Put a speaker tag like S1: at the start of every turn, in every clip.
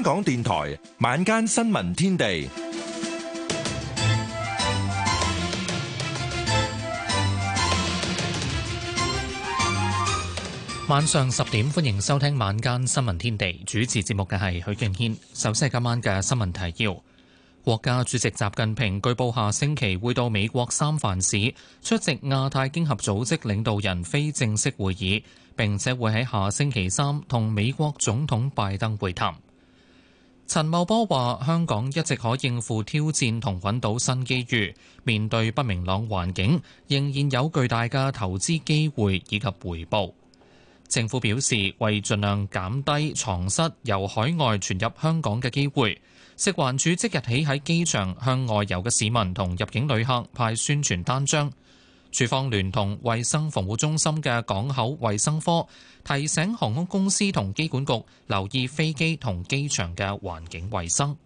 S1: 港電台晚間新聞天地，
S2: 晚上10點，歡迎收聽晚間新聞天地。主持節目嘅係許敬軒。首先係今晚嘅新聞提要：國家主席習近平據報下星期會到美國三藩市出席亞太經合組織領導人非正式會議，並且會喺下星期三同美國總統拜登會談。陳茂波話：香港一直可應付挑戰同揾到新機遇，面對不明朗環境，仍然有巨大嘅投資機會以及回報。政府表示，為盡量減低床蝨由海外傳入香港嘅機會，食環署即日起喺機場向外遊嘅市民同入境旅客派宣傳單張。署方聯同衛生防護中心嘅港口衛生科，提醒航空公司同機管局留意飛機同機場嘅環境衛生。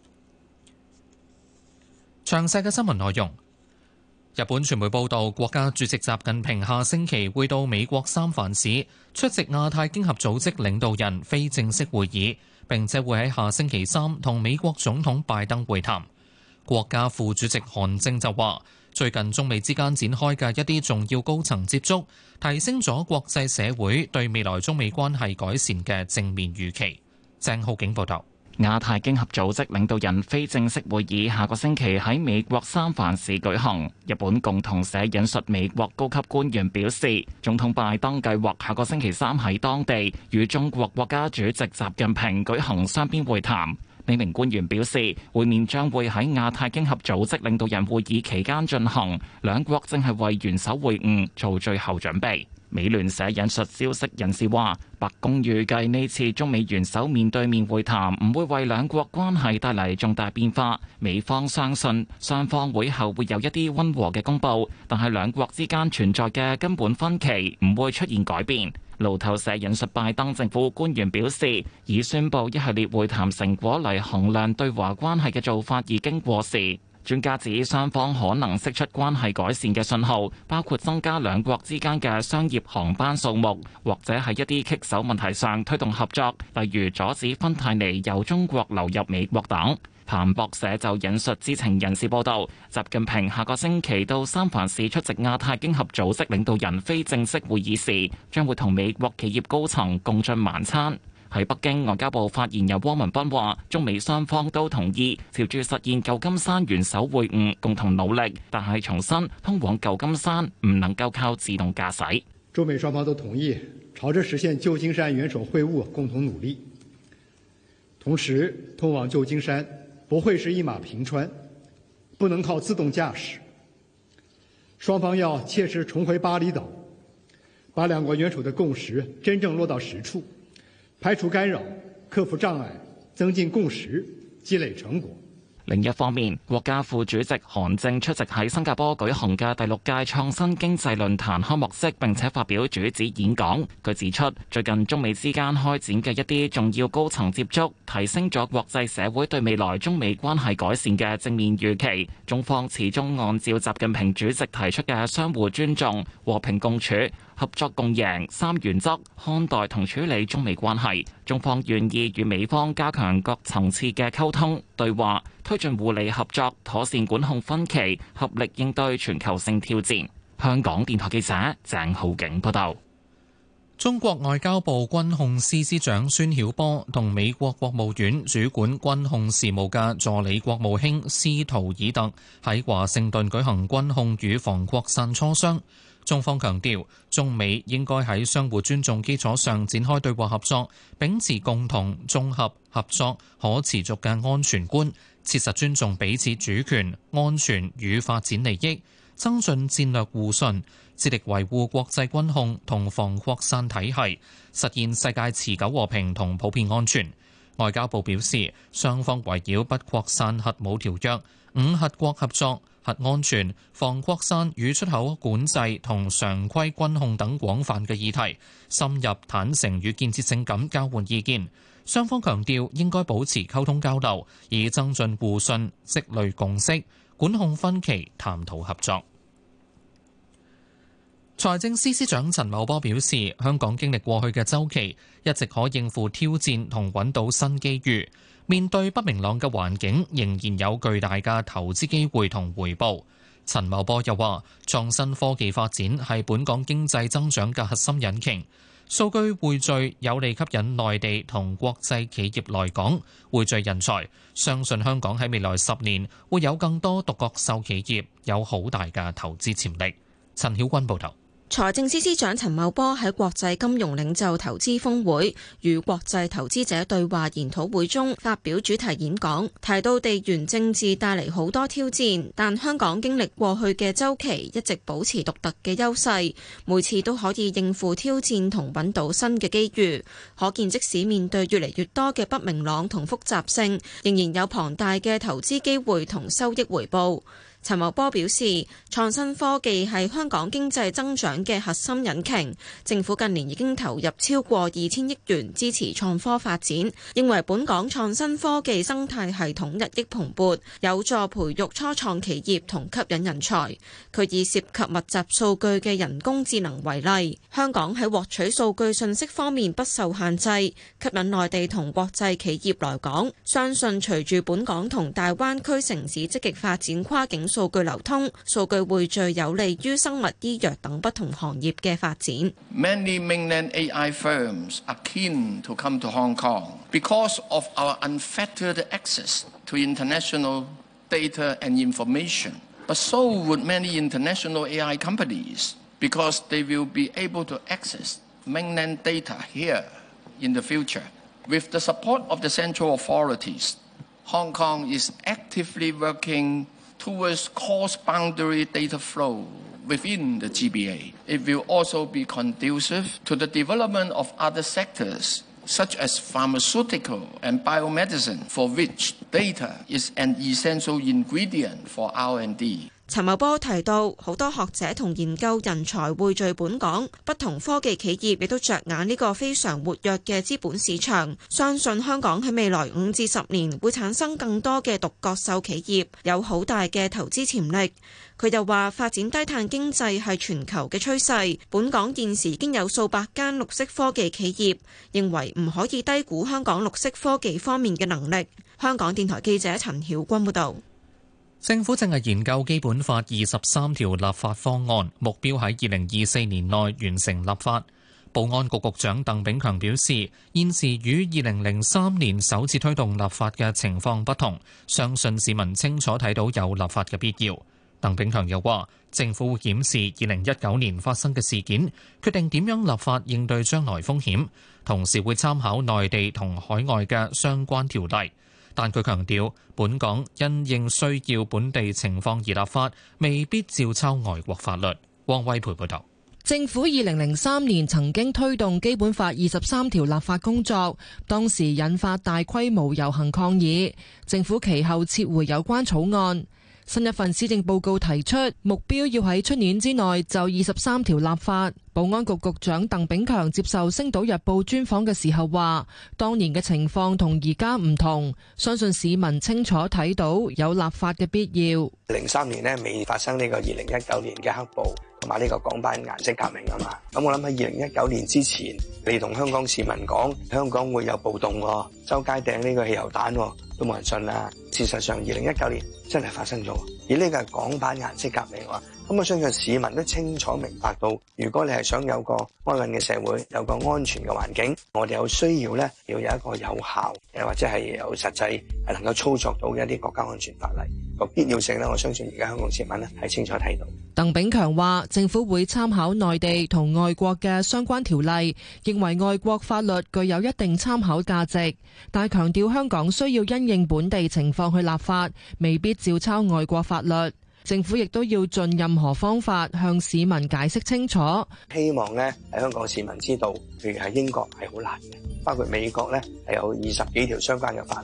S2: 詳細嘅新聞內容。日本傳媒報道，國家主席習近平下星期會到美國三藩市出席亞太經合組織領導人非正式會議，並且會喺下星期三同美國總統拜登會談。國家副主席韓正就話，最近中美之間展開嘅一啲重要高層接觸，提升咗國際社會對未來中美關係改善嘅正面預期。鄭浩景報道。
S3: 亞太經合組織領導人非正式會議下個星期喺美國三藩市舉行。日本共同社引述美國高級官員表示，總統拜登計劃下個星期三喺當地與中國國家主席習近平舉行雙邊會談。呢名官員表示，會面將會喺亞太經合組織領導人會議期間進行，兩國正係為元首會晤做最後準備。美聯社引述消息人士話，白宮預計呢次中美元首面對面會談唔會為兩國關係帶嚟重大變化。美方相信雙方會後會有一啲溫和嘅公佈，但係兩國之間存在嘅根本分歧唔會出現改變。路透社引述拜登政府官員表示，已宣布一系列會談成果嚟衡量對華關係嘅做法已經過時。專家指雙方可能釋出關係改善嘅信號，包括增加兩國之間嘅商業航班數目，或者喺一啲棘手問題上推動合作，例如阻止芬太尼由中國流入美國等。彭博社就引述知情人士報道，習近平下個星期到三藩市出席亞太經合組織領導人非正式會議時，將會同美國企業高層共進晚餐。喺北京，外交部發言人汪文斌話，中美雙方都同意朝住實現舊金山元首會晤共同努力，但係重申通往舊金山唔能夠靠自動駕駛。
S4: 中美雙方都同意朝着實現舊金山元首會晤共同努力，同時通往舊金山不會是一馬平川，不能靠自動駕駛。雙方要切實重回巴厘島，把兩國元首的共識真正落到實處，排除干擾，克服障礙，增進共識，積累成果。
S3: 另一方面，國家副主席韓正出席喺新加坡舉行嘅第6屆創新經濟論壇開幕式，並且發表主旨演講。佢指出，最近中美之間開展嘅一啲重要高層接觸，提升咗國際社會對未來中美關係改善嘅正面預期。中方始終按照習近平主席提出嘅相互尊重、和平共處、合作共贏3原則看待同處理中美關係。中方願意與美方加強各層次嘅溝通對話，推進互利合作，妥善管控分歧，合力應對全球性挑戰。香港電台記者鄭浩景報道。
S2: 中國外交部軍控司司長孫曉波同美國國務院主管軍控事務嘅助理國務卿斯圖爾特喺華盛頓舉行軍控與防擴散磋商。中方強調，中美應該喺相互尊重基礎上展開對話合作，秉持共同、綜合、合作、可持續嘅安全觀，切實尊重彼此主權、安全與發展利益，增進戰略互信，致力維護國際軍控同防擴散體系，實現世界持久和平同普遍安全。外交部表示，雙方圍繞不擴散核武條約、5核國合作、核安全、防擴散與出口管制同常規軍控等廣泛嘅議題，深入坦誠與建設性咁交換意見。雙方強調應該保持溝通交流，以增進互信、積累共識，管控分歧，談討合作。 財政司司長陳茂波表示，香港經歷過去嘅週期，一直可應付挑戰同揾到新機遇。面對不明朗嘅環境，仍然有巨大嘅投資機會同回報。陳茂波又話，創新科技發展係本港經濟增長嘅核心引擎。數據匯聚有利吸引內地同國際企業來港匯聚人才，相信香港喺未來10年會有更多獨角獸企業，有好大嘅投資潛力。陳曉君報導。
S5: 財政司司長陳茂波喺國際金融領袖投資峰會與國際投資者對話研討會中發表主題演講，提到地緣政治帶嚟好多挑戰，但香港經歷過去嘅週期一直保持獨特嘅優勢，每次都可以應付挑戰同揾到新嘅機遇。可見即使面對越嚟越多嘅不明朗同複雜性，仍然有龐大嘅投資機會同收益回報。陳茂波表示，創新科技係香港經濟增長嘅核心引擎，政府近年已經投入超過2000億元支持創科發展，認為本港創新科技生態系統日益蓬勃，有助培育初創企業同吸引人才。佢以涉及密集數據嘅人工智能為例，香港喺獲取數據信息方面不受限制，吸引內地同國際企業來港。相信隨住本港同大灣區城市積極發展跨境數據流通，數據匯聚有利於生物醫藥等不同行業嘅發展。
S6: Many mainland AI firms are keen to come to Hong Kong because of our unfettered access to international data and information. But so would many international AI companies because they will be able to access mainland data here in the future. With the support of the central authorities, Hong Kong is actively working towards cross-boundary data flow within the GBA. It will also be conducive to the development of other sectors, such as pharmaceutical and biomedicine, for which data is an essential ingredient for R&D.
S5: 陳茂波提到，好多學者同研究人才匯聚本港，不同科技企業亦都着眼呢個非常活躍嘅資本市場，相信香港喺未來5至10年會產生更多嘅獨角獸企業，有好大嘅投資潛力。佢又話，發展低碳經濟係全球嘅趨勢，本港現時已經有數百間綠色科技企業，認為唔可以低估香港綠色科技方面嘅能力。香港電台記者陳曉君報導。
S2: 政府正係研究《基本法》23條立法方案，目標喺2024年內完成立法。保安局局長鄧炳強表示，現時與2003年首次推動立法嘅情況不同，相信市民清楚睇到有立法嘅必要。鄧炳強又話，政府會檢視2019年發生嘅事件，決定點樣立法應對將來風險，同時會參考內地同海外嘅相關條例。但佢強調，本港因應需要本地情況而立法，未必照抄外國法律。汪威培報導。
S7: 政府2003年曾經推動基本法23條立法工作，當時引發大規模遊行抗議，政府其後撤回有關草案。新一份施政報告提出目標要喺出年之內就23條立法。保安局局長鄧炳強接受《星島日報》專訪嘅時候話，當年嘅情況同而家唔同，相信市民清楚睇到有立法嘅必要。
S8: 03年呢未發生呢個2019年嘅黑暴同埋呢個港版顏色革命啊嘛，咁我諗喺2019年之前，你同香港市民講香港會有暴動喎，周街掟呢個汽油彈喎，都冇人信啦。事實上2019年真係發生咗，而呢個係港版顏色革命喎。咁我相信市民都清楚明白到，如果你係想有個安穩嘅社會，有個安全嘅環境，我哋有需要呢，要有一個有效或者係有實際係能夠操作到嘅一啲國家安全法例個必要性呢，我相信而家香港市民呢係清楚睇到。
S7: 鄧炳強話，政府會參考內地同外國嘅相關條例，認為外國法律具有一定參考價值，但係強調香港需要因應本地情況去立法，未必照抄外國法律。政府亦都要盡任何方法向市民解釋清楚。
S8: 希望呢喺香港市民知道，譬如喺英國係好難嘅，包括美國呢係有20幾條相關嘅法例，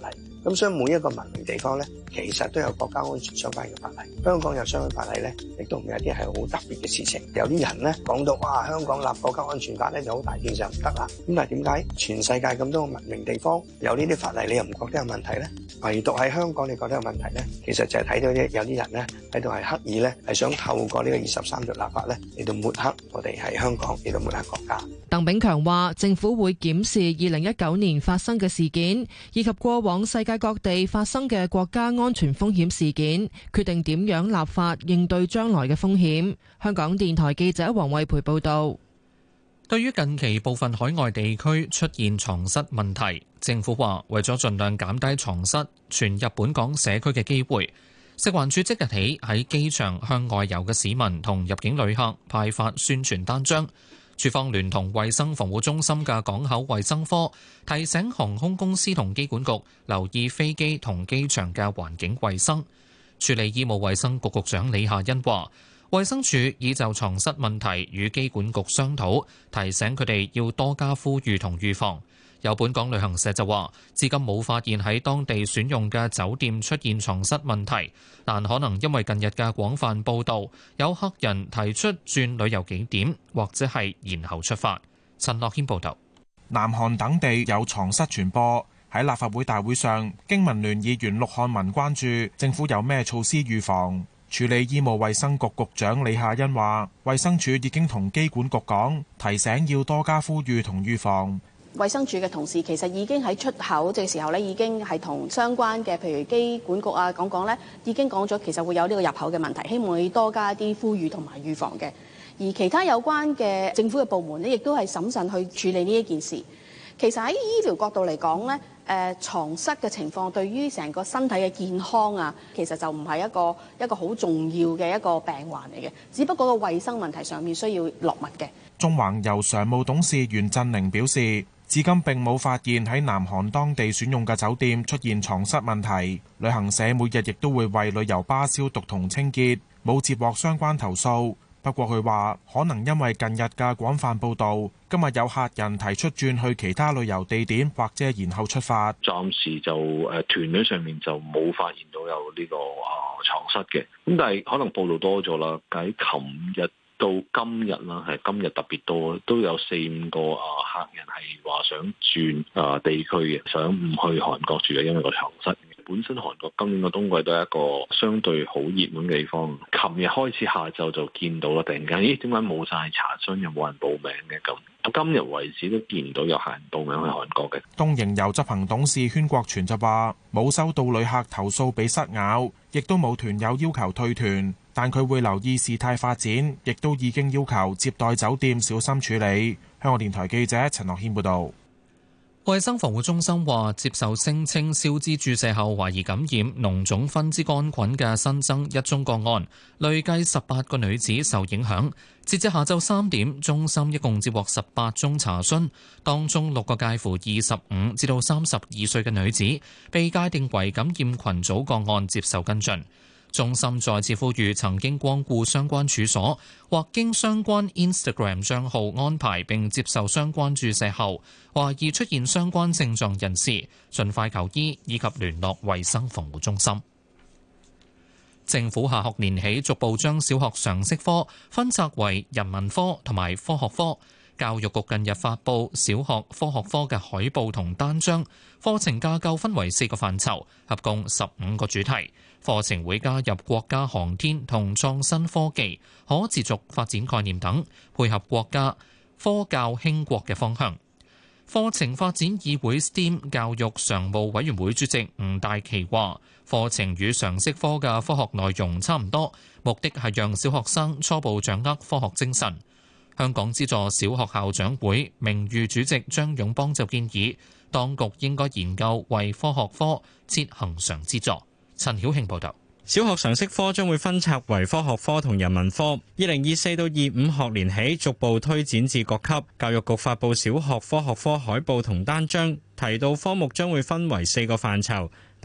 S8: 咁所以每一個文明地方咧，其實都有國家安全相關嘅法例。香港有相關法例咧，亦都唔係一啲係好特別嘅事情。有啲人咧講到哇，香港立國家安全法咧就好大件事唔得啦。咁但係點解全世界咁多個文明地方有呢啲法例，你又唔覺得有問題咧？唯獨喺香港你覺得有問題咧？其實就係睇到有啲人咧喺度係刻意咧係想透過呢個23條立法咧嚟到抹黑我哋係香港，嚟到抹黑國家。
S7: 鄧炳強話：政府會檢視2019年發生嘅事件，以及過往世界各地發生嘅國家安全風險事件，決定點樣立法應對將來嘅風險。香港電台記者黃慧培報道。
S2: 對於近期部分海外地區出現床蝨問題，政府話為咗盡量減低床蝨傳入本港社區嘅機會，食環署即日起喺機場向外遊嘅市民同入境旅客派發宣傳單張。署方聯同衛生防護中心嘅港口衛生科提醒航空公司同機管局留意飛機同機場嘅環境衛生。署理醫務衛生局局長李夏茵話，衛生署已就床蝨問題與機管局商討，提醒佢哋要多加呼籲同預防。有本港旅行社就話，至今冇發現喺當地選用嘅酒店出現床蝨問題，但可能因為近日嘅廣泛報導，有客人提出轉旅遊景點，或者係延後出發。陳樂軒報導。
S9: 南韓等地有床蝨傳播，喺立法會大會上，經民聯議員陸漢文關注政府有咩措施預防。處理醫務衛生局局長李夏茵話，衛生署已經同機管局講，提醒要多加呼籲同預防。
S10: 衛生署嘅同事其實已經喺出口嘅時候咧，已經係同相關嘅，譬如機管局啊講咧，已經講咗其實會有呢個入口嘅問題，希望你多加啲呼籲同埋預防嘅。而其他有關嘅政府嘅部門咧，亦都係審慎去處理呢一件事。其實喺醫療角度嚟講咧，床蝨嘅情況對於成個身體嘅健康啊，其實就唔係一個好重要嘅一個病患嚟嘅，只不過個衛生問題上面需要落實嘅。
S9: 中環遊常務董事袁振寧表示，至今並冇發現喺南韓當地選用嘅酒店出現床蝨問題，旅行社每日亦都會為旅遊巴消毒同清潔，冇接獲相關投訴。不過佢話，可能因為近日嘅廣泛報導，今日有客人提出轉去其他旅遊地點或者延後出發。
S11: 暫時就團隊上面就冇發現到有呢個床蝨嘅，咁但係可能報導多咗啦。喺琴日到今日啦，係今日特別多，都有4-5個客人係話想轉地區嘅，想唔去韓國住嘅，因為個床蝨。本身韓國今年個冬季都係一個相對好熱門嘅地方。琴日開始下晝就見到啦，突然間，咦？點解冇晒查詢，又冇人報名嘅咁？今日為止都見唔到有客人報名去韓國嘅。
S9: 東瀛遊執行董事禤國全就話：冇收到旅客投訴被蝨咬，亦都冇團友要求退團，但佢會留意事態發展，亦都已經要求接待酒店小心處理。香港電台記者陳樂軒報導。
S2: 衛生防護中心話，接受聲稱消脂注射後懷疑感染膿腫分支桿菌嘅新增1宗個案，累計18個女子受影響。截至下晝3點，中心一共接獲18宗查詢，當中6個介乎25至到32歲嘅女子被界定為感染群組個案，接受跟進。中心再次呼籲曾經光顧相關處所或經相關 Instagram 帳號安排並接受相關注射後懷疑出現相關症狀人士，盡快求醫以及聯絡衛生防護中心。政府下學年起逐步將小學常識科分拆為人文科同埋科學科。教育局近日發布小學科學科嘅海報同單張，課程架構分為4個範疇，合共15個主題。課程會加入國家航天同創新科技、可持續發展概念等，配合國家科教興國嘅方向。課程發展議會 STEAM 教育常務委員會主席吳大琪話，課程與常識科嘅科學內容差唔多，目的係讓小學生初步掌握科學精神。香港資助小學校長會名譽主席張勇邦就建議，當局應該研究為科學科設恆常資助。陳曉慶報導。
S12: 小學常識科將會分拆為科學科同人文科，2024到25學年起逐步推展至各級。教育局發布小學科學科海報同單張，提到科目將會分為4個範疇，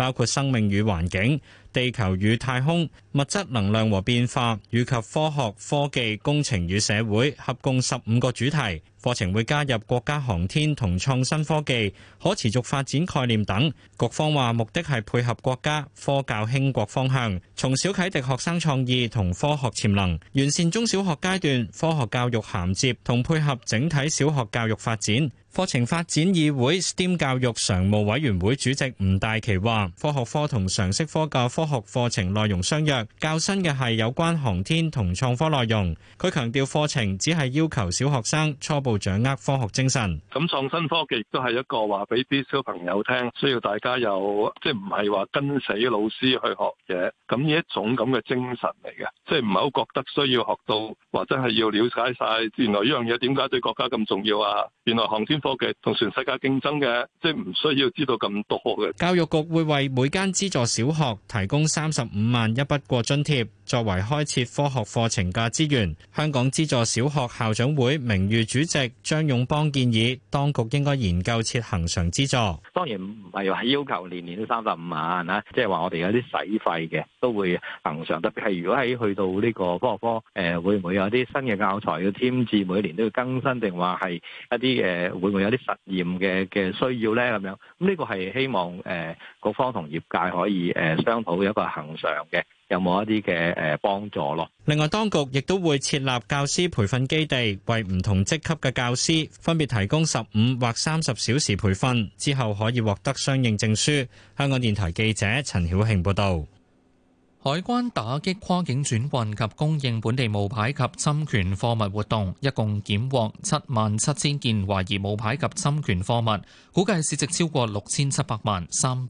S12: 包括生命與環境、地球與太空、物質能量和變化，以及科學、科技、工程與社會，合共15個主題。課程會加入國家航天同創新科技、可持續發展概念等。局方話目的係配合國家科教興國方向，從小啟迪學生創意同科學潛能，完善中小學階段科學教育銜接同配合整體小學教育發展。課程發展議會 STEAM 教育常務委員會主席吳大琪話：科學科同常識科嘅科學課程內容相若，較新嘅係有關航天同創科內容。佢強調課程只係要求小學生初步掌握科學精神。
S13: 咁創新科技亦都係一個話俾啲小朋友聽，需要大家有即係唔係話跟死老師去學嘢，咁呢一種咁嘅精神嚟嘅，即係唔係好覺得需要學到或者係要了解晒原來呢樣嘢點解對國家咁重要啊？原來航天科技同全世界競爭嘅，即係唔需要知道咁多嘅。
S12: 教育局會為每間資助小學提供35萬一筆過津貼，作為開設科學課程嘅資源。香港資助小學校長會名譽主席張勇邦建議，當局應該研究設恆常資助。
S14: 當然唔係話要求年年都35萬啊，即係話我哋有啲使費嘅都會恆常。特別係如果喺去到呢個科學科，會唔會有啲新嘅教材要添置，每年都要更新，定話係一啲會唔會有啲實驗嘅需要咧？咁樣咁呢個係希望各方同業界可以商討一個恆常嘅，有冇一啲嘅幫助咯。
S12: 另外，當局亦都會設立教師培訓基地，為唔同職級嘅教師分別提供15或30小時培訓，之後可以獲得相應證書。香港電台記者陳曉慶報導。
S2: 海關打擊跨境轉運及供應本地無牌及侵權貨物活動，一共檢獲77000件懷疑無牌及侵權貨物，估計市值超過6700萬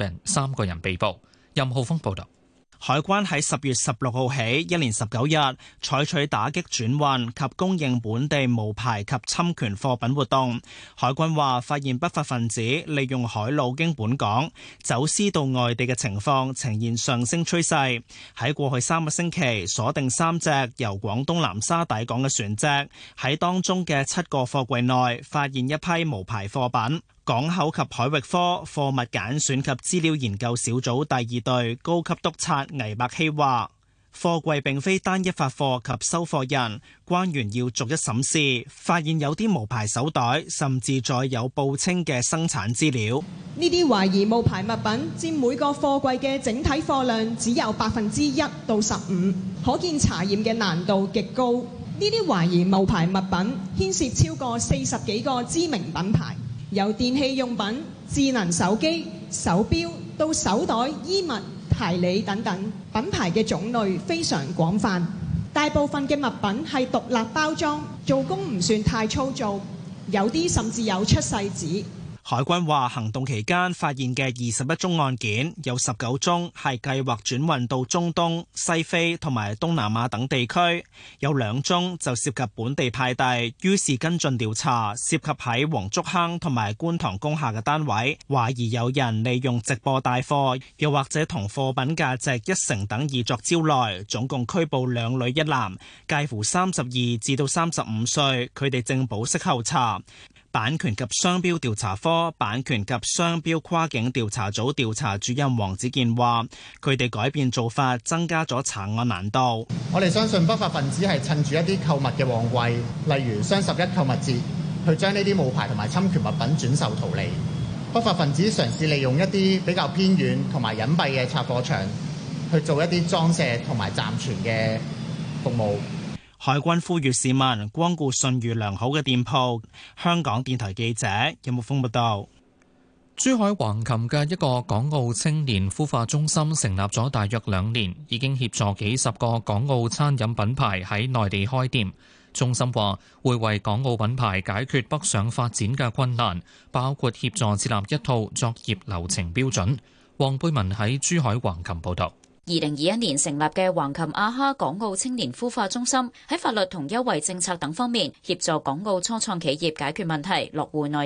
S2: ，3個人被捕。任浩峰報導。
S15: 海關喺10月16號起，一連19日採取打擊轉運及供應本地無牌及侵權貨品活動。海關話，發現不法分子利用海路經本港走私到外地嘅情況呈現上升趨勢。喺過去3個星期，鎖定3隻由廣東南沙抵港嘅船隻，喺當中嘅7個貨櫃內發現一批無牌貨品。港口及海域科貨物揀選及資料研究小組第2隊高級督察倪伯希話，貨櫃並非單一發貨及收貨人，關員要逐一審視，發現有啲無牌手袋，甚至載有報稱嘅生產資料。
S16: 呢啲懷疑無牌物品佔每個貨櫃嘅整體貨量只有1%到15%，可見查驗嘅難度極高。呢啲懷疑無牌物品牽涉超過40幾個知名品牌。由電器用品、智能手機、手錶到手袋、衣物、鞋履等等，品牌嘅種類非常廣泛。大部分嘅物品係獨立包裝，做工唔算太粗糙，有啲甚至有出世紙。
S15: 海關話，行動期間發現嘅21宗案件，有19宗係計劃轉運到中東、西非同埋東南亞等地區，有2宗就涉及本地派遞。於是跟進調查，涉及喺黃竹坑同埋觀塘工廈嘅單位，懷疑有人利用直播帶貨，又或者同貨品價值1成等意作招來，總共拘捕2女1男，介乎32至到35歲，佢哋正保釋候查。版權及商標調查科版權及商標跨境調查組調查主任黃子健話，佢哋改變做法，增加咗查案難度。
S17: 我哋相信不法分子係趁住一啲購物嘅旺季，例如雙11購物節，去將呢啲無牌同埋侵權物品轉售圖利。不法分子嘗試利用一啲比較偏遠同埋隱蔽嘅拆貨場，去做一啲裝卸同埋暫存嘅服務。
S15: 海關呼籲市民光顧信譽良好嘅店鋪。香港電台記者任木峰報道。
S2: 珠海橫琴嘅一個港澳青年孵化中心成立咗大約2年，已經協助幾十個港澳餐飲品牌喺內地開店。中心話會為港澳品牌解決北上發展嘅困難，包括協助設立一套作業流程標準。黃貝文喺珠海橫琴報道。
S18: 2021年成立嘅橫琴阿哈港澳青年孵化中心，喺法律同優惠政策等方面協助港澳初創企業解決問題，落戶內地。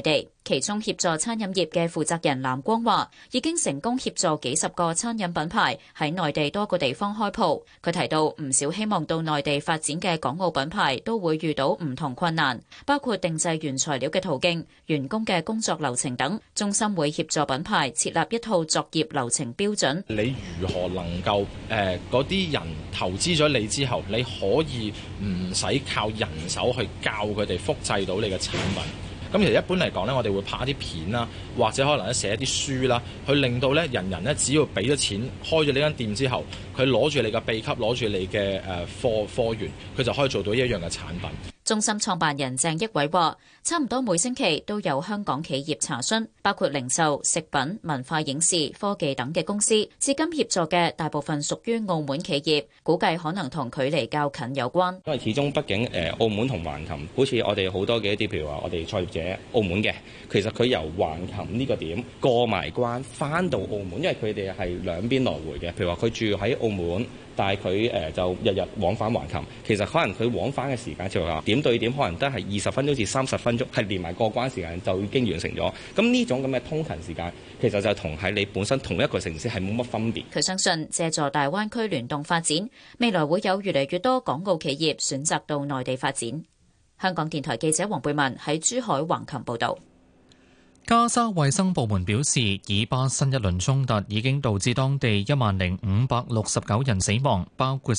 S18: 其中協助餐飲業嘅負責人藍光話，已經成功協助幾十個餐飲品牌喺內地多個地方開鋪。佢提到唔少希望到內地發展嘅港澳品牌都會遇到唔同困難，包括定製原材料嘅途徑、員工嘅工作流程等。中心會協助品牌設立一套作業流程標準。
S19: 你如何能夠嗰啲人投資咗你之後，你可以唔使靠人手去教佢哋複製到你嘅產品？咁其實一般嚟講咧，我哋會拍一啲片啦，或者可能咧寫一啲書啦，去令到咧人咧只要俾咗錢開咗呢間店之後，佢攞住你嘅秘笈，攞住你嘅貨源，佢就可以做到一樣嘅產品。
S18: 中心創辦人鄭益偉話，差唔多每星期都有香港企業查詢，包括零售、食品、文化影視、科技等嘅公司。至今協助嘅大部分屬於澳門企業，估計可能同距離較近有關。
S20: 因為始終畢竟澳門同橫琴，好似我哋好多嘅一啲，譬如話我哋創業者澳門嘅，其實佢由橫琴呢個點過埋關返到澳門，因為佢哋係兩邊來回嘅。譬如話佢住喺澳門，但係佢就日日往返橫琴，其實可能佢往返嘅時間就話點對點，可能都係20分鐘至30分鐘，係連埋過關時間就已經完成咗。咁呢種咁嘅通勤時間，其實就同喺你本身同一個城市係冇乜分別。
S18: 佢相信借助大灣區聯動發展，未來會有越嚟越多港澳企業選擇到內地發展。香港電台記者黃貝文喺珠海橫琴報導。
S2: 加沙衛生部門表示，以巴新一輪衝突已經導致當地10,569人死亡，包括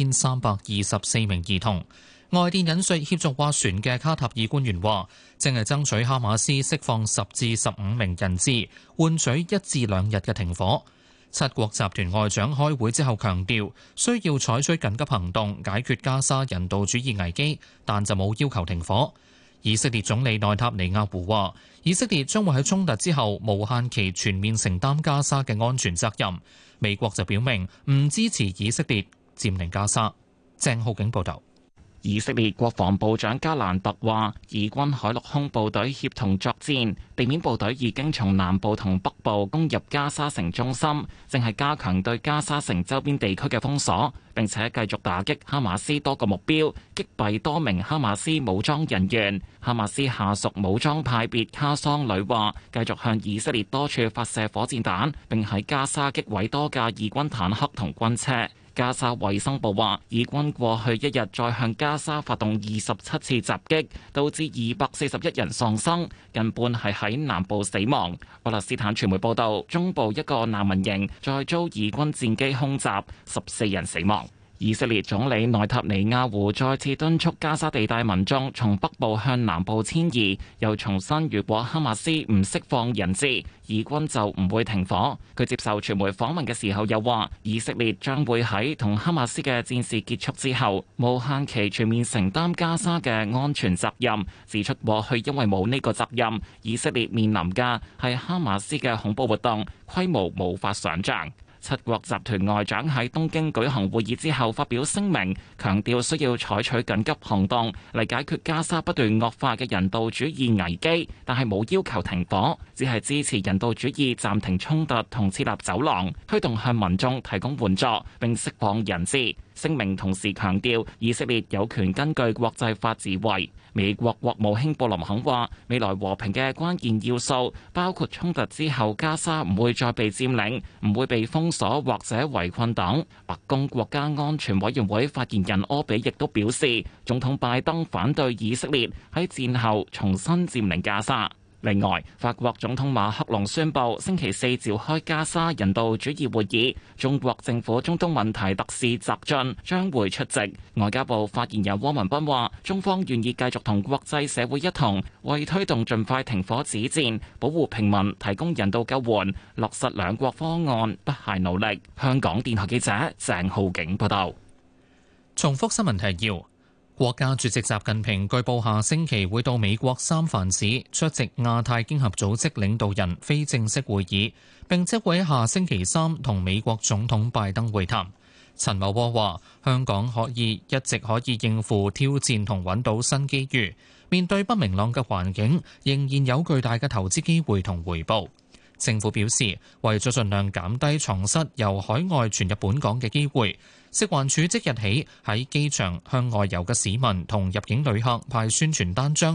S2: 4,324名兒童。外電引述協助斡旋嘅卡塔爾官員話，正係爭取哈馬斯釋放10至15名人質，換取1至2日嘅停火。7國集團外長開會之後強調，需要採取緊急行動解決加沙人道主義危機，但就冇要求停火。以色列總理內塔尼亞胡話，以色列將會喺衝突之後無限期全面承擔加沙嘅安全責任。美國就表明唔支持以色列佔領加沙。鄭浩景報導。
S3: 以色列國防部長加蘭特話，以軍海陸空部隊協同作戰，地面部隊已經從南部同北部攻入加沙城中心，正係加強對加沙城周邊地區嘅封鎖，並且繼續打擊哈馬斯多個目標，擊斃多名哈馬斯武裝人員。哈馬斯下屬武裝派別卡桑旅話，繼續向以色列多處發射火箭彈，並喺加沙擊毀多架以軍坦克同軍車。加沙衛生部話，以軍過去一日再向加沙發動27次襲擊，導致241人喪生，近半係喺南部死亡。巴勒斯坦傳媒報道，中部一個難民營再遭以軍戰機空襲，14人死亡。以色列總理內塔尼亞胡再次敦促加沙地帶民眾從北部向南部遷移，又重申如果哈馬斯唔釋放人質，以軍就唔會停火。佢接受傳媒訪問嘅時候又話，以色列將會喺同哈馬斯嘅戰事結束之後，無限期全面承擔加沙嘅安全責任。指出過去因為冇呢個責任，以色列面臨嘅係哈馬斯嘅恐怖活動，規模無法想像。7國集團外長喺東京舉行會議之後發表聲明，強調需要採取緊急行動嚟解決加沙不斷惡化嘅人道主義危機，但係冇要求停火，只係支持人道主義暫停衝突同設立走廊，推動向民眾提供援助並釋放人質。聲明同時強調，以色列有權根據國際法自衛。美國國務卿布林肯話，未來和平嘅關鍵要素包括衝突之後加沙唔會再被佔領，唔會被封鎖或者圍困等。白宮國家安全委員會發言人柯比亦都表示，總統拜登反對以色列喺戰後重新佔領加沙。另外，法國總統馬克龍宣布星期4召開加沙人道主義會議，中國政府中東問題特使翟雋將會出席。外交部發言人汪文斌話，中方願意繼續同國際社會一同，為推動盡快停火止戰、保護平民、提供人道救援、落實兩國方案不懈努力。香港電台記者鄭浩景報道。
S2: 重複新聞提要。國家主席習近平據報下星期會到美國三藩市出席亞太經合組織領導人非正式會議，並即會喺下星期3同美國總統拜登會談。陳茂波話：香港一直可以應付挑戰同揾到新機遇，面對不明朗嘅環境，仍然有巨大嘅投資機會同回報。政府表示，為咗盡量減低床蝨由海外傳入本港嘅機會，食環署即日起喺機場向外遊嘅市民同入境旅客派宣傳單張，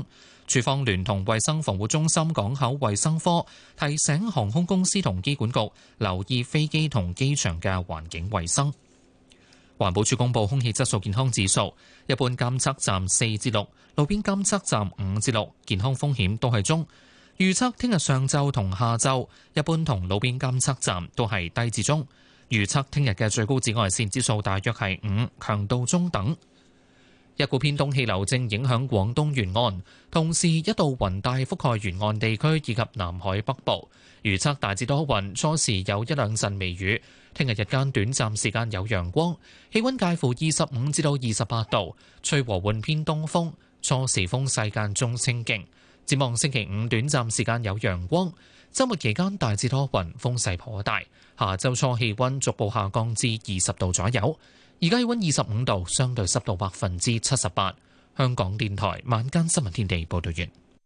S2: 署方聯同衛生防護中心港口衛生科提醒航空公司同機管局留意飛機同機場嘅環境衛生。環保署公布空氣質素健康指數，一般監測站4至6，路邊監測站5至6，健康風險都係中。預測聽日上晝同下晝，一般同路邊監測站都係低至中。預測聽日嘅最高紫外線指數大約係5，強度中等。一股偏東氣流正影響廣東沿岸，同時一道雲帶覆蓋沿岸地區以及南海北部。預測大致多雲，初時有一兩陣微雨。聽日日間短暫時間有陽光，氣溫介乎25至到28度，吹和緩偏東風，初時風勢間中清勁。展望星期5短暫時間有陽光，週末期間大致多雲，風勢頗大。下週初氣溫逐步下降至20度左右。而家氣溫25度，相對濕度78%。香港電台晚間新聞天地報道完。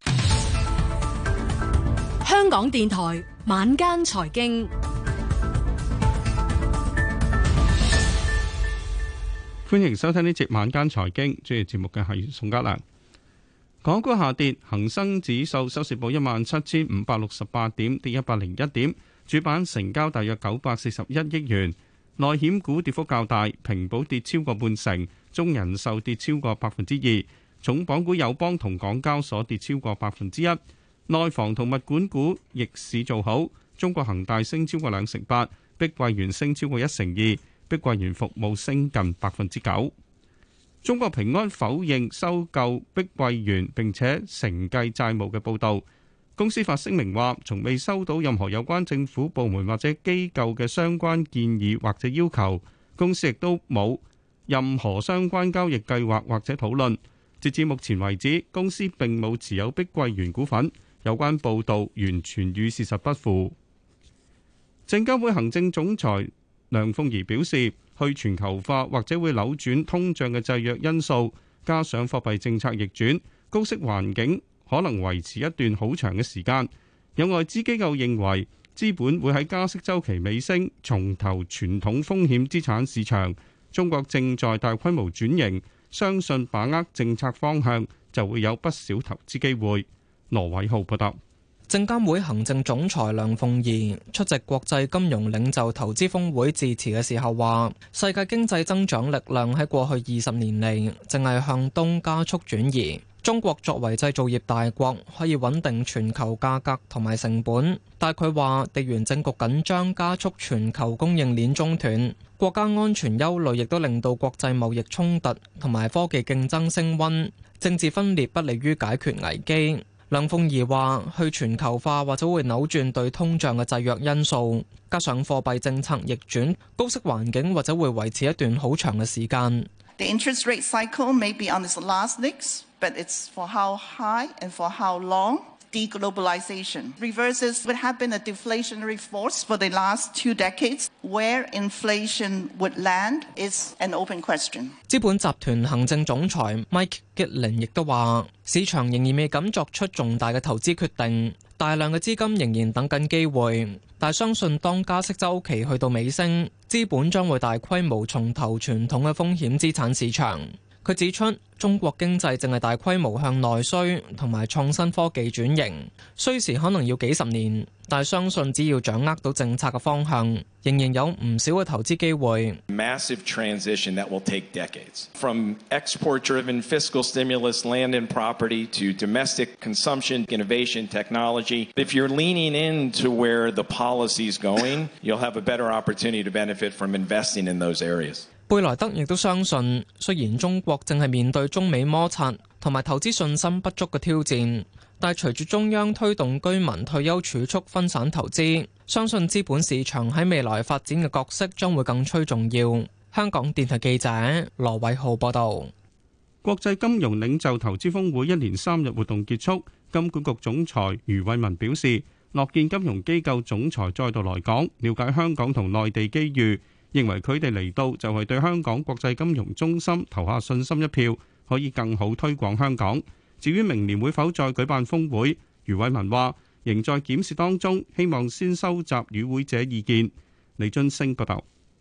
S21: 香港電台晚間財經，
S22: 歡迎收聽呢節晚間財經。主持節目嘅係宋家良。港股下跌，恒生指數收市報17,568點，跌101點。主板成交大約941億元。內險股跌幅較大，平保跌超過半成，中人壽跌超過2%。重磅股友邦同港交所跌超過1%。內房同物管股逆市做好，中國恒大升超過2%，碧桂園升超過1%2%，碧桂園服務升近9%。中國平安否認收購碧桂園並且承繼債務嘅報導。公司發聲明話，從未收到任何有關政府部門或者機構嘅相關建議或者要求，公司亦都冇任何相關交易計劃或者討論。截至目前為止，公司並冇持有碧桂園股份，有關報導完全與事實不符。證監會行政總裁梁鳳儀表示，去全球化或者會扭轉通脹嘅制約因素，加上貨幣政策逆轉，高息環境可能維持一段好長嘅時間。有外資機構認為，資本會喺加息週期尾聲重投傳統風險資產市場。中國正在大規模轉型，相信把握政策方向就會有不少投資機會。羅偉浩報道。
S23: 證監會行政總裁梁鳳儀出席國際金融領袖投資峰會致辭嘅時候話，世界經濟增長力量喺過去20年嚟正係向東加速轉移。中國作為製造業大國，可以穩定全球價格同埋成本，但佢話地緣政局緊張加速全球供應鏈中斷，國家安全憂慮亦都令到國際貿易衝突同埋科技競爭升溫，政治分裂不利於解決危機。梁鳳儀話，去全球化或者會扭轉對通脹嘅制約因素，加上貨幣政策逆轉，高息環境或者會維持一段好長嘅時間。
S24: The interest rate cycle may be on its last legs, but it's for how high and for how long. Deglobalization reverses what had been a deflationary force for the last 2 decades. Where inflation would land is an open question.
S23: 資本集團行政總裁 Mike Gitlin 亦都話，市場仍然未敢作出重大嘅投資決定，大量嘅資金仍然等緊機會，但相信當加息週期去到尾聲，資本將會大規模重投傳統嘅風險資產市場。佢指出，中國經濟正係大規模向內需同埋創新科技轉型，需時可能要幾十年，但係相信只要掌握到政策嘅方向，仍然有唔少嘅投資機會。
S25: Massive transition that will take decades. From export-driven fiscal stimulus, land and property, to domestic consumption, innovation, technology. If you're leaning into where the policy is going, you'll have a better opportunity to benefit from investing in those areas.
S23: 貝萊德亦都相信，雖然中國正係面對中美摩擦同埋投資信心不足嘅挑戰，但係隨住中央推動居民退休儲蓄分散投資，相信資本市場喺未來發展嘅角色將會更趨重要。香港電台記者羅偉浩報道。
S22: 國際金融領袖投資峰會一連3日活動結束，金管局總裁余偉文表示，樂見金融機構總裁再度來港，了解香港同內地機遇。認為佢哋嚟到就係對香港國際金融中心投下信心一票，可以更好推廣香港。至於明年會否再舉辦峰會，余偉文話仍在檢視當中，希望先收集與會者意見。李津升報道。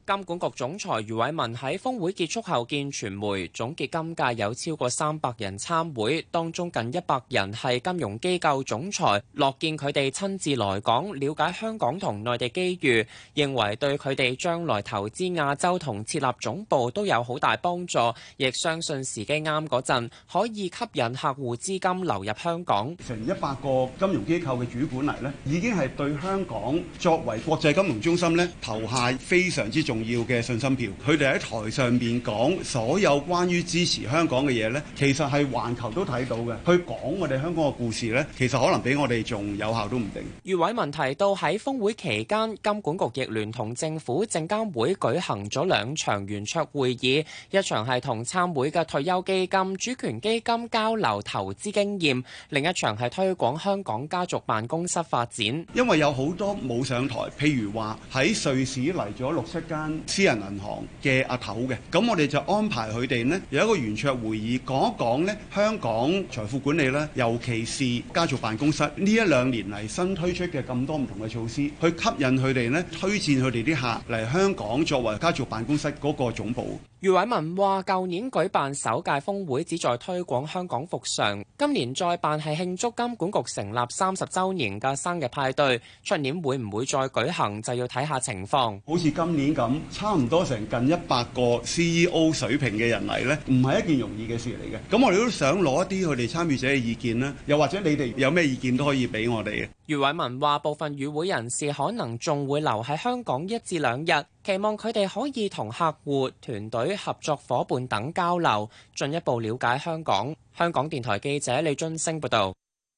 S1: 金管局總裁余偉文喺峰會結束後見傳媒，總結今屆有超過300人參會，當中近100人係金融機構總裁，樂見佢哋親自來港，了解香港同內地機遇，認為對佢哋將來投資亞洲同設立總部都有好大幫助，亦相信時機啱嗰陣可以吸引客戶資金流入香港。
S4: 成100個金融機構嘅主管嚟呢，已經係對香港作為國際金融中心呢投下非常之重要嘅信心票。佢哋喺台上邊講所有關於支持香港嘅嘢呢，其實係環球都睇到嘅。去講我哋香港嘅故事呢，其實可能比我哋仲有效都唔定。
S1: 余偉文提到喺峰會期間，金管局亦聯同政府證監會舉行咗2場圓桌會議，一場係同參會嘅退休基金、主權基金交流投資經驗，另一場係推廣香港家族辦公室發展。
S4: 因為有好多冇上台，譬如話喺瑞士嚟咗6-7間私人銀行嘅阿頭嘅，咁我哋就安排佢哋呢有一個圓桌會議，講一講呢香港財富管理啦，尤其是家族辦公室呢1-2年嚟新推出嘅咁多唔同嘅措施，去吸引佢哋呢推薦佢哋啲客嚟香港作為家族辦公室嗰個總部。
S1: 余偉文話：舊年舉辦首屆峰會旨在推廣香港復常，今年再辦係慶祝金管局成立30週年嘅生日派對。出年會唔會再舉行，就要睇下情況。
S4: 好似今年咁，差唔多成近100個 CEO 水平嘅人嚟呢，唔係一件容易嘅事嚟嘅。咁我哋都想攞一啲佢哋參與者嘅意見啦，又或者你哋有咩意見都可以俾我哋嘅。
S1: 余偉文話：部分與會人士可能仲會留喺香港1至2日，期望佢哋可以同客戶、團隊、合作夥伴等交流，進一步了解香港。香港電台記者李津升報導。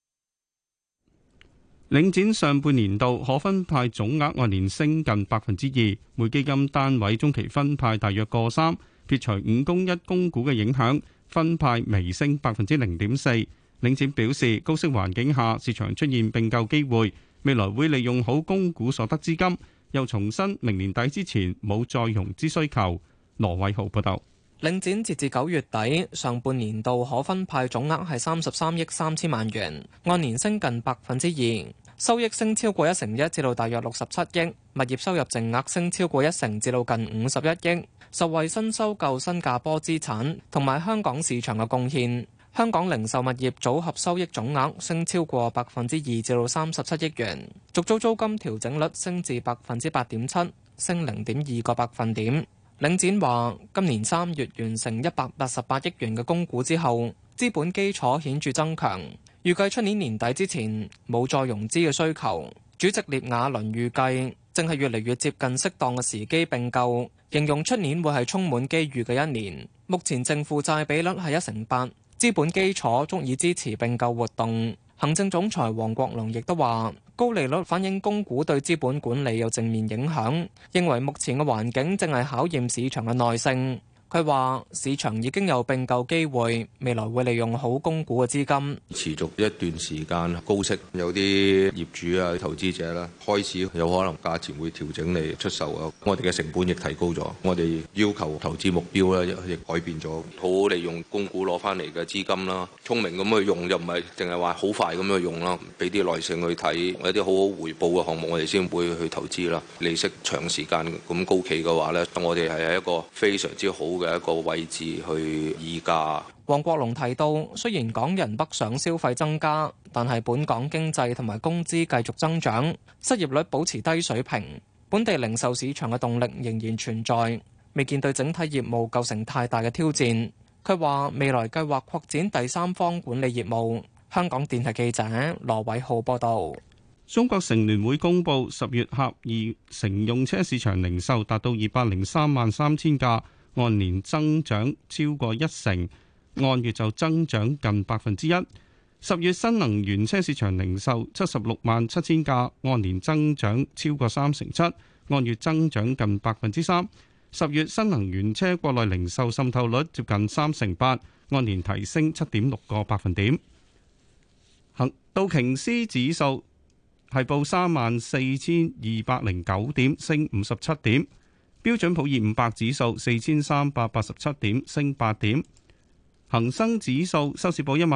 S22: 領展上半年度可分派總額按年升近 2%， 每基金單位中期分派大約個3，撇除5公1供股嘅影響，分派微升 0.4%。領展表示，高息環境下市場出現併購機會，未來會利用好供股所得資金，又重申明年底之前冇再融資需求。羅偉豪報道。
S23: 領展截至9月底，上半年度可分派總額係33億3千萬元，按年升近 2%， 收益升超過1%至到大約67億，物業收入淨額升超過1%至到近51億，受惠新收購新加坡資產同埋香港市場嘅貢獻。香港零售物業組合收益總額升超過 2% 至到37億元，續租租金調整率升至 8.7%， 升 0.2個百分點。領展話，今年3月完成188億元嘅供股之後，資本基礎顯著增強，預計出年年底之前冇再融資嘅需求。主席聶雅倫預計正係越嚟越接近適當嘅時機併購，形容出年會係充滿機遇嘅一年。目前淨負債比率係1.8%，資本基礎足以支持併購活動。行政總裁黃國龍亦都話，高利率反映供股對資本管理有正面影響，認為目前嘅環境正係考驗市場嘅耐性。佢話市場已經有併購機會，未來會利用好供股嘅資金。
S5: 持續一段時間高息，有啲業主啊、投資者啦，開始有可能價錢會調整嚟出售啊。我哋嘅成本亦提高咗，我哋要求投資目標咧亦改變咗，好好利用供股攞翻嚟嘅資金啦，聰明咁去用，就唔係淨係話好快咁去用啦，俾啲耐性去睇，有啲好好回報嘅項目，我哋先會去投資啦。利息長時間咁高企嘅話咧，我哋係喺一個非常之好嘅一個位置去議價。
S23: 黃國龍提到，雖然港人北上消費增加，但係本港經濟同埋工資繼續增長，失業率保持低水平，本地零售市場嘅動力仍然存在，未見對整體業務構成太大嘅挑戰。佢話未來計劃擴展第三方管理業務。香港電台記者羅偉浩報道。
S22: 中國乘聯會公布10月狹義乘用車市場零售達到203萬3千架，按年增長超過1%，按月就增長近 1%。10月新能源車市場零售76萬7千架，按年增長超過3.7%，按月增長近 3%。10月新能源車國內零售滲透率接近3.8%，按年提升7.6個百分點。道瓊斯指數係報34,209點，升57點。標準普爾500指數4387點，升8點。恒生指數收市報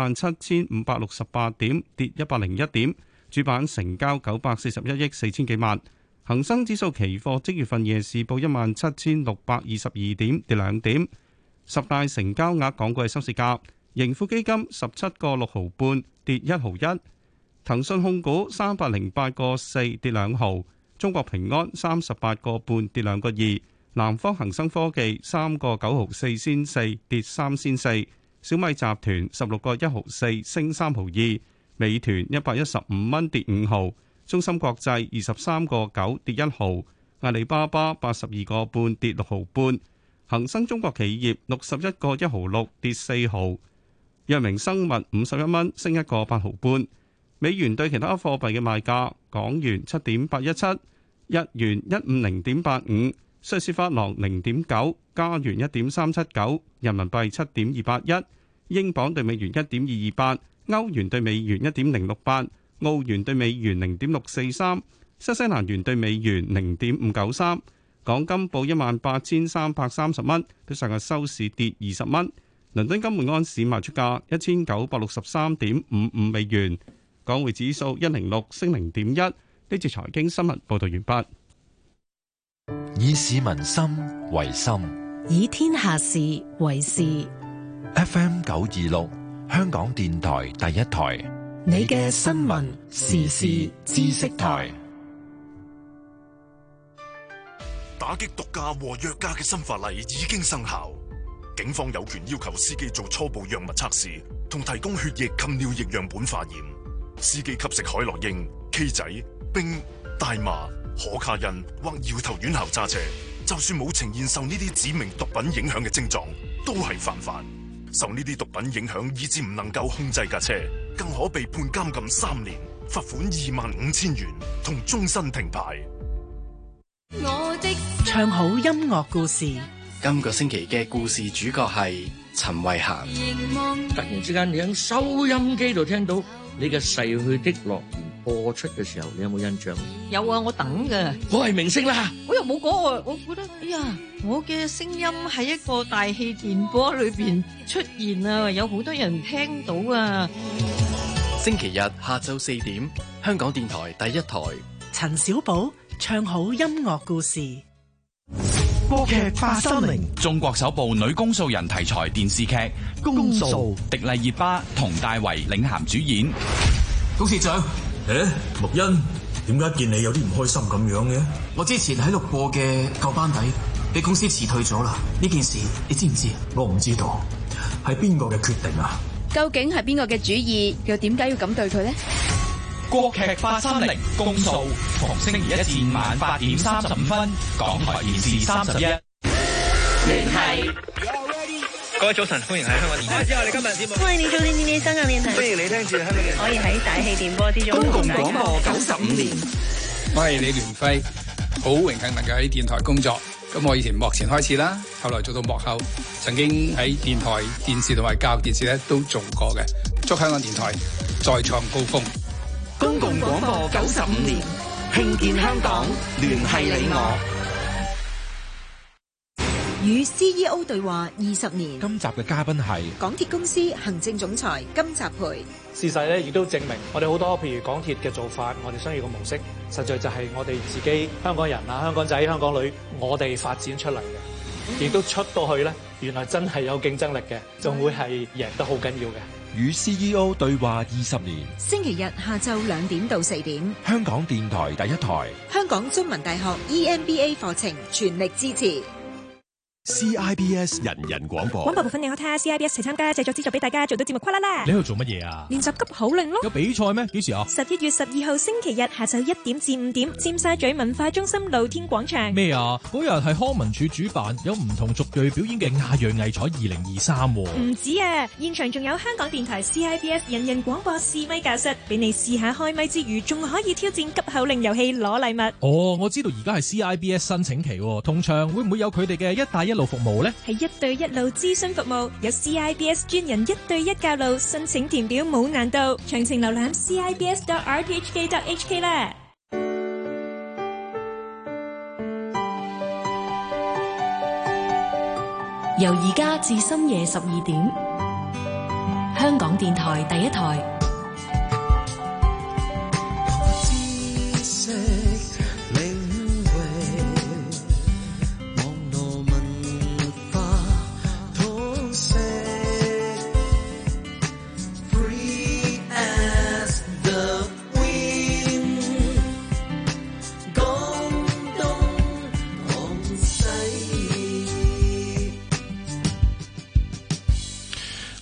S22: 17,568點，跌101點。主板成交941億4千幾萬。 恒生指數期貨即月份夜市報17,622點，跌2點。十大成交額港股嘅收市價，盈富基金17個6毫半，跌1毫1。騰訊控股308個4，跌2毫。中國平安38個半，跌2個2。南方恒生科技3個9毫4仙4，跌3仙4。小米集團16個1毫4，升3毫2。美團115蚊，跌5毫。中芯國際23個9，跌1毫。阿里巴巴82個半，跌6毫半。恒生中國企業61個1毫6，跌4毫。藥明生物51蚊，升1個8毫半。美元對其他貨幣嘅賣價：港元7.817，日元150.85，瑞士法郎0.9，加元1.379，人民幣7.281，英鎊對美元1.228，歐元對美元1.068，澳元對美元0.643，新西蘭元對美元0.593。港金報18,330蚊，比上日收市跌20蚊。倫敦金每安士賣出價1963.55美元。港匯指數106升0.1。呢節財經新聞報道完畢。
S6: 以市民心為心，
S21: 以天下事為事。
S6: FM 926，香港電台第一台，
S21: 你嘅新聞時事知識台。
S7: 打擊毒駕和藥駕嘅新法例已經生效，警方有權要求司機做初步藥物測試，同提供血液及尿液樣本化驗。司機吸食海洛因、K 仔、冰、大麻、可卡因或搖頭丸後揸車，就算冇呈現受呢啲指明毒品影響嘅症狀，都係犯法。受呢啲毒品影響以致唔能夠控制架車，更可被判監禁3年、罰款25,000元同終身停牌。
S21: 唱好音樂故事。
S8: 今個星期嘅故事主角係陳慧嫻。
S10: 突然之間，你喺收音機度聽到你嘅《逝去的樂園》播出嘅時候，你有冇印象？
S11: 有啊，我等㗎。
S10: 我係明星啦，
S11: 我又冇講啊，我覺得，哎呀，我嘅聲音喺一個大氣電波裏邊出現啊，有好多人聽到啊。
S8: 星期日下晝4點，香港電台第一台，
S21: 陳小寶唱好音樂故事。
S26: 國劇830，中國首部女公訴人題材電視劇《公訴》，迪麗熱巴、佟大為領銜主演。
S27: 董事長，木欣，點解見你有啲唔開心咁樣嘅？
S26: 我之前喺度過嘅舊班底，俾公司辭退咗啦。呢件事你知唔知？
S27: 我唔知道，係邊個嘅決定啊？
S28: 究竟係邊個嘅主意？又點解要咁對佢呢？
S26: 國劇830公訴，逢星期1至5晚8點35分，港台電視31。
S28: 聯繫
S29: 各位早晨，歡迎喺香港電台。之後你今日節目，
S28: 歡迎你做電香港電台。
S29: 歡迎你聽住香港電台。
S28: 可以喺大氣電波之中。
S29: 公共廣播95年。
S30: 我係李聯輝，好榮幸能夠喺電台工作。咁我以前幕前開始啦，後來做到幕後，曾經喺電台、電視同埋教育電視咧都做過嘅。祝香港電台再創高峰。
S29: 公共廣播95年，興建香港，聯繫你我。
S21: 與 CEO 對話20年。
S6: 今集嘅嘉賓係
S21: 港鐵公司行政總裁金澤培。
S31: 事實咧亦都證明，我哋好多譬如港鐵嘅做法，我哋商業嘅模式，實在就係我哋自己香港人啊、香港仔、香港女，我哋發展出嚟嘅，亦都出到去咧，原來真係有競爭力嘅，仲會係贏得好緊要嘅。
S6: 與 CEO 對話20年，
S21: 星期日下晝2點到4點，
S6: 香港電台第一台，
S21: 香港中文大學 EMBA 課程全力支持。
S6: CIBS 人人廣播。
S21: 廣播部分你好睇下 CIBS 齊參加製作資助俾大家做到節目跨啦啦。
S32: 你喺度做乜嘢啊？
S21: 練習急口令咯。
S32: 有比賽咩？幾時啊
S21: ？11月12號星期日下晝1點至5點，尖沙咀文化中心露天廣場。
S32: 咩啊？嗰日係康文署主辦，有唔同族裔表演嘅亞裔藝彩2023。
S21: 唔止啊！現場仲有香港電台 CIBS 人人廣播試咪教室，俾你試下開咪之餘，仲可以挑戰急口令遊戲攞禮物。
S32: 哦，我知道而家係 CIBS 申請期，通常會唔會有佢哋嘅一帶一路服務呢？
S21: 係1對1路諮詢服務，有 CIBS 專人1對1教路，申請填表冇難度。詳情瀏覽 CIBS.RTHK.HK 啦。 由而家至深夜12點，香港電台第一台。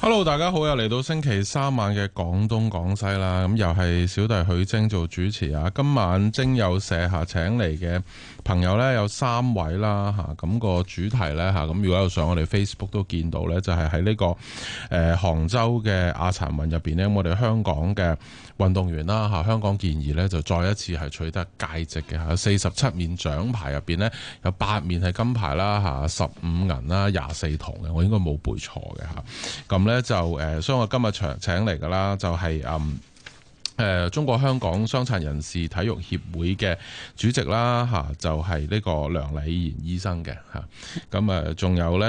S2: Hello， 大家好，又嚟到星期三晚嘅廣東廣西啦，咁又係小弟許晶做主持啊。今晚精友社請嚟嘅朋友呢有3位啦嚇，咁個主題呢，嚇，咁如果有上我哋 Facebook 都見到呢，就係喺呢個杭州嘅亞殘運入邊呢，我哋香港嘅運動員啦嚇，香港健兒呢就再一次係取得佳績嘅嚇，47面獎牌入邊呢，有8面係金牌啦嚇，15銀啦，24銅嘅，我應該冇背錯嘅嚇。咁呢就所以我今日請嚟㗎啦，就係中國香港傷殘人士體育協會嘅主席啦嚇，就係呢個梁禮賢醫生嘅嚇。咁仲有呢。